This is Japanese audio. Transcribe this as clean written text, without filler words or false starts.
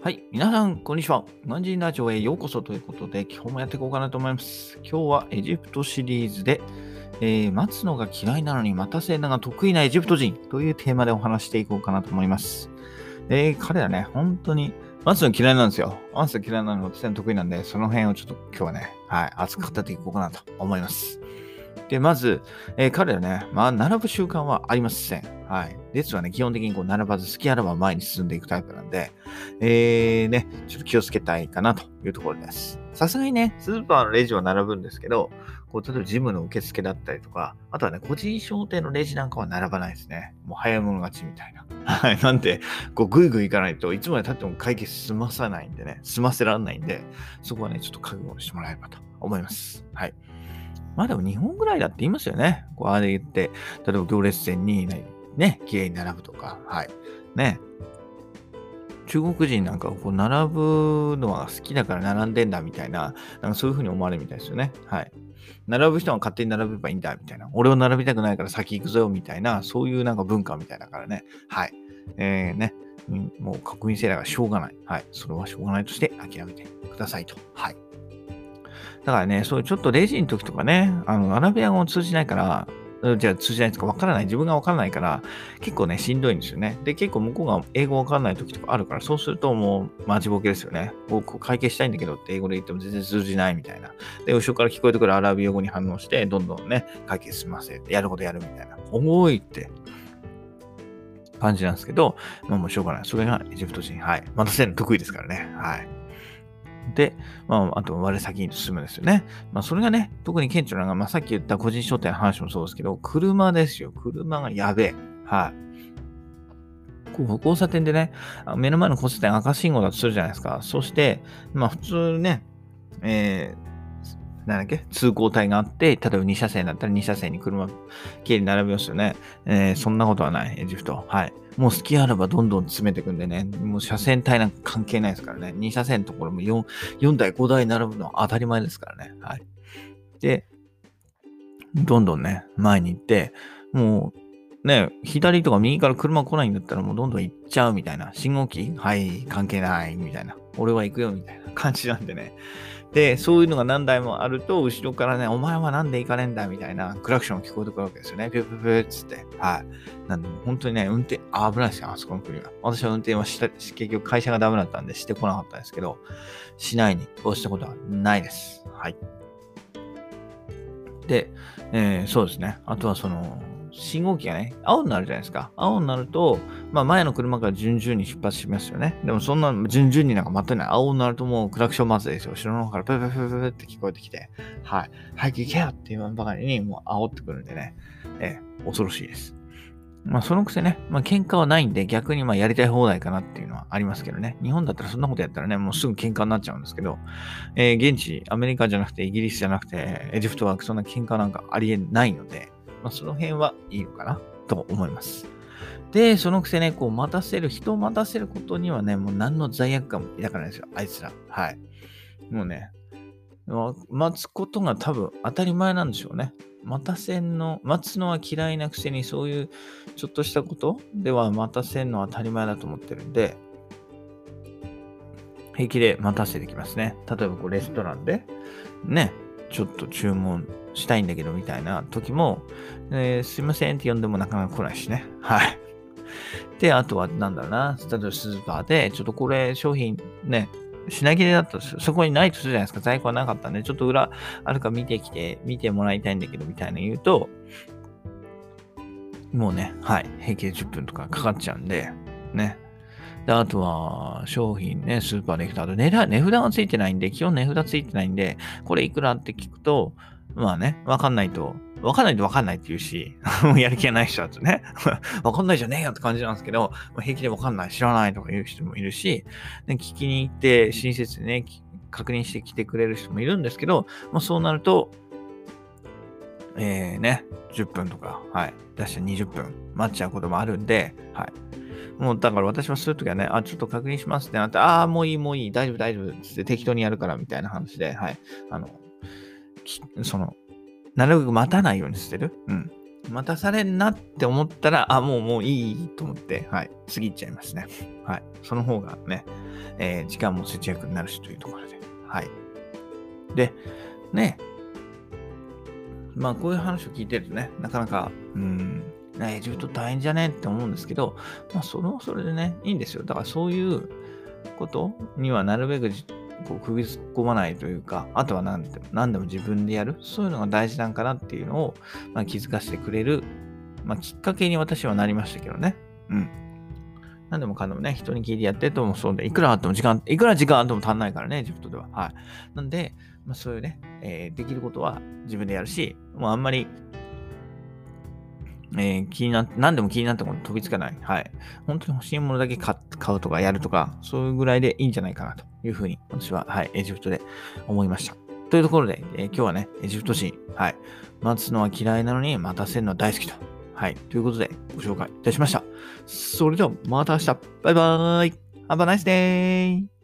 はい。皆さん、こんにちは。ガンジーラジオへようこそということで、今日もやっていこうかなと思います。今日はエジプトシリーズで、待つのが嫌いなのに待たせるのが得意なエジプト人というテーマでお話していこうかなと思います。彼らね、本当に待つの嫌いなんですよ。待つの嫌いなのに待たせるの得意なんで、その辺をちょっと今日はね、熱く語っていこうかなと思います。で、まず、彼らね、並ぶ習慣はありません。はい。列はね、基本的に並ばず、好きあらば前に進んでいくタイプなんで、ちょっと気をつけたいかなというところです。さすがにね、スーパーのレジは並ぶんですけど、例えばジムの受付だったりとか、あとはね、個人商店のレジなんかは並ばないですね。もう早い者勝ちみたいな。はい。なんで、ぐいぐい行かないといつまで経っても会計済ませられないんで、そこはね、ちょっと覚悟してもらえればと思います。はい。でも2本ぐらいだって言いますよね。あれ言って、例えば行列店にね、綺麗に並ぶとか、はい。ね。中国人なんか並ぶのは好きだから並んでんだみたいな、なんかそういう風に思われるみたいですよね。はい。並ぶ人は勝手に並べばいいんだみたいな。俺は並びたくないから先行くぞみたいな、そういうなんか文化みたいだからね。はい。もう国民性だからしょうがない。はい。それはしょうがないとして諦めてくださいと。はい。だからね、そういうちょっとレジの時とかね、アラビア語通じないから、じゃあ通じないとかわからない、自分がわからないから、結構ね、しんどいんですよね。で、結構向こうが英語わからない時とかあるから、そうするともう、待ちぼけですよね。僕、会計したいんだけどって英語で言っても全然通じないみたいな。で、後ろから聞こえてくるアラビア語に反応して、どんどんね、会計済ませて、やることやるみたいな。重いって感じなんですけど、もうしょうがない。それがエジプト人。はい。待たせるの得意ですからね。はい。で、あと我先に進むんですよね。それがね、特に顕著なのが、さっき言った個人商店の話もそうですけど、車ですよ。車がやべえ。はい。交差点でね、目の前の交差点赤信号だとするじゃないですか。そして、普通ね、えなんだっけ通行帯があって、例えば2車線だったら2車線に車、きれいに並びますよね。そんなことはない、エジプト。はい。もう好きあらばどんどん詰めていくんでね、もう車線帯なんか関係ないですからね。2車線のところも4台、5台並ぶのは当たり前ですからね。はい。で、どんどんね、前に行って、もう、ね、左とか右から車来ないんだったらもうどんどん行っちゃうみたいな。信号機はい、関係ないみたいな。俺は行くよみたいな感じなんでね。で、そういうのが何台もあると、後ろからね、お前はなんで行かねえんだみたいなクラクションが聞こえてくるわけですよね。ピュピュピュっつって。はい。なんで、本当にね、運転、危ないですよ、あそこの国は。私は運転は結局会社がダメだったんでしてこなかったんですけど、しないに越したことはないです。はい。で、そうですね。あとは信号機がね、青になるじゃないですか。青になると、前の車から順々に出発しますよね。でもそんな順々になんか待ってない。青になるともうクラクション祭りですよ。後ろの方からプープープープーって聞こえてきて、はい。早く行けよって言わんばかりにもう煽ってくるんでね、恐ろしいです。そのくせね、喧嘩はないんで、逆にやりたい放題かなっていうのはありますけどね。日本だったらそんなことやったらね、もうすぐ喧嘩になっちゃうんですけど、現地、アメリカじゃなくて、イギリスじゃなくて、エジプトはそんな喧嘩なんかありえないので、その辺はいいのかなと思います。で、そのくせね、人を待たせることにはね、もう何の罪悪感も抱かないですよ、あいつら。はい。もうね、待つことが多分当たり前なんでしょうね。待つのは嫌いなくせにそういうちょっとしたことでは待たせるのは当たり前だと思ってるんで、平気で待たせてきますね。例えばレストランで、ね、ちょっと注文したいんだけどみたいな時も、すいませんって呼んでもなかなか来ないしね。はい。で、あとはなんだろうな、例えばスーパーで、ちょっとこれ商品ね、品切れだったらそこにないとするじゃないですか。在庫はなかったんで、ちょっと裏あるか見てもらいたいんだけど、みたいな言うと、もうね、はい、平気で10分とかかかっちゃうんで、ね。で、あとは、商品ね、スーパーで行くと、あと値札がついてないんで、基本値札ついてないんで、これいくらって聞くと、わかんないとわかんないって言うし、やる気がない人だとね、わかんないじゃねえよって感じなんですけど、平気でわかんない、知らないとか言う人もいるし、で聞きに行って親切にね、確認してきてくれる人もいるんですけど、そうなると、10分とか、はい、出して20分待っちゃうこともあるんで、はい。もうだから私はそういうときはね、ちょっと確認しますってなって、もういい、大丈夫って適当にやるからみたいな話で、はい。なるべく待たないようにしてる。うん。 待たされんなって思ったら、もういいと思って、はい、次行っちゃいますね。はい。その方がね、時間も節約になるしというところで。はい。で、ね、こういう話を聞いてるとね、なかなか、エジプト大変じゃねって思うんですけど、それはそれでね、いいんですよ。だからそういうことにはなるべく首突っ込まないというか、あとは何でも自分でやる。そういうのが大事なんかなっていうのを、気づかせてくれる、きっかけに私はなりましたけどね。うん。何でもかんでもね、人に聞いてやってともそうで、いくら時間あっても足んないからね、エジプトでは。はい。なんで、そういうね、できることは自分でやるし、もうあんまり、何でも気になったこと飛びつかない。はい。本当に欲しいものだけ買うとかやるとか、そういうぐらいでいいんじゃないかなというふうに、私は、はい、エジプトで思いました。というところで、今日はね、エジプト人、はい。待つのは嫌いなのに待たせるのは大好きと。はい。ということで、ご紹介いたしました。それでは、また明日。バイバーイ。Have a nice day!